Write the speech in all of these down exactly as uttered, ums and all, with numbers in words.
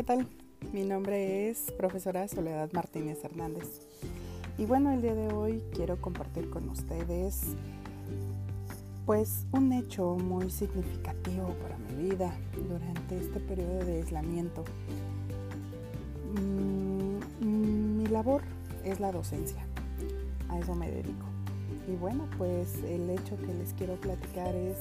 ¿qué tal? Mi nombre es profesora Soledad Martínez Hernández. Y bueno, el día de hoy quiero compartir con ustedes pues un hecho muy significativo para mi vida durante este periodo de aislamiento. Mm, mi labor es la docencia, a eso me dedico. Y bueno, pues el hecho que les quiero platicar es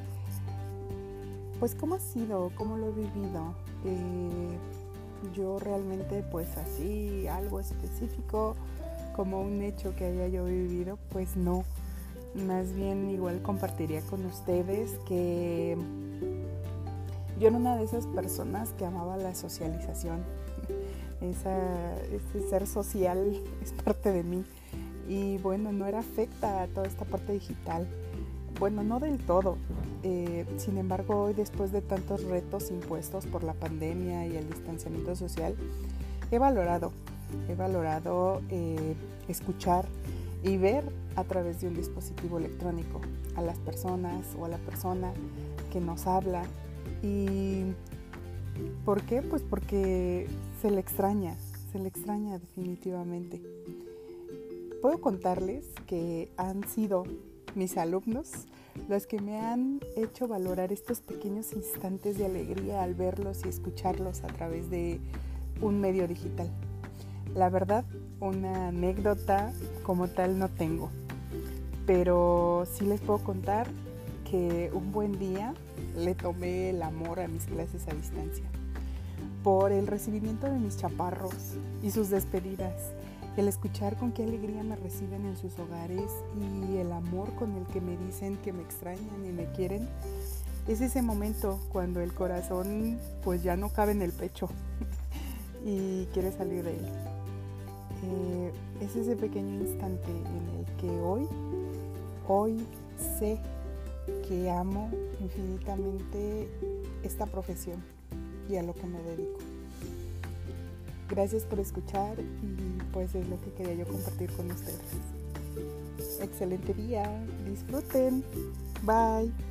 pues cómo ha sido, cómo lo he vivido. Eh, yo realmente pues así, algo específico, como un hecho que haya yo vivido, pues no. Más bien igual compartiría con ustedes que yo era una de esas personas que amaba la socialización. Esa, ese ser social es parte de mí. Y bueno, no era afecta a toda esta parte digital. Bueno, no del todo. Eh, sin embargo, hoy, después de tantos retos impuestos por la pandemia y el distanciamiento social, he valorado, he valorado eh, escuchar y ver a través de un dispositivo electrónico a las personas o a la persona que nos habla. ¿Y por qué? Pues porque se le extraña, se le extraña definitivamente. Puedo contarles que han sido mis alumnos los que me han hecho valorar estos pequeños instantes de alegría al verlos y escucharlos a través de un medio digital. La verdad, una anécdota como tal no tengo, pero sí les puedo contar que un buen día le tomé el amor a mis clases a distancia por el recibimiento de mis chaparros y sus despedidas. El escuchar con qué alegría me reciben en sus hogares y el amor con el que me dicen que me extrañan y me quieren, es ese momento cuando el corazón pues ya no cabe en el pecho y quiere salir de él. Eh, es ese pequeño instante en el que hoy, hoy sé que amo infinitamente esta profesión y a lo que me dedico. Gracias por escuchar y pues es lo que quería yo compartir con ustedes. Excelente día, disfruten, bye.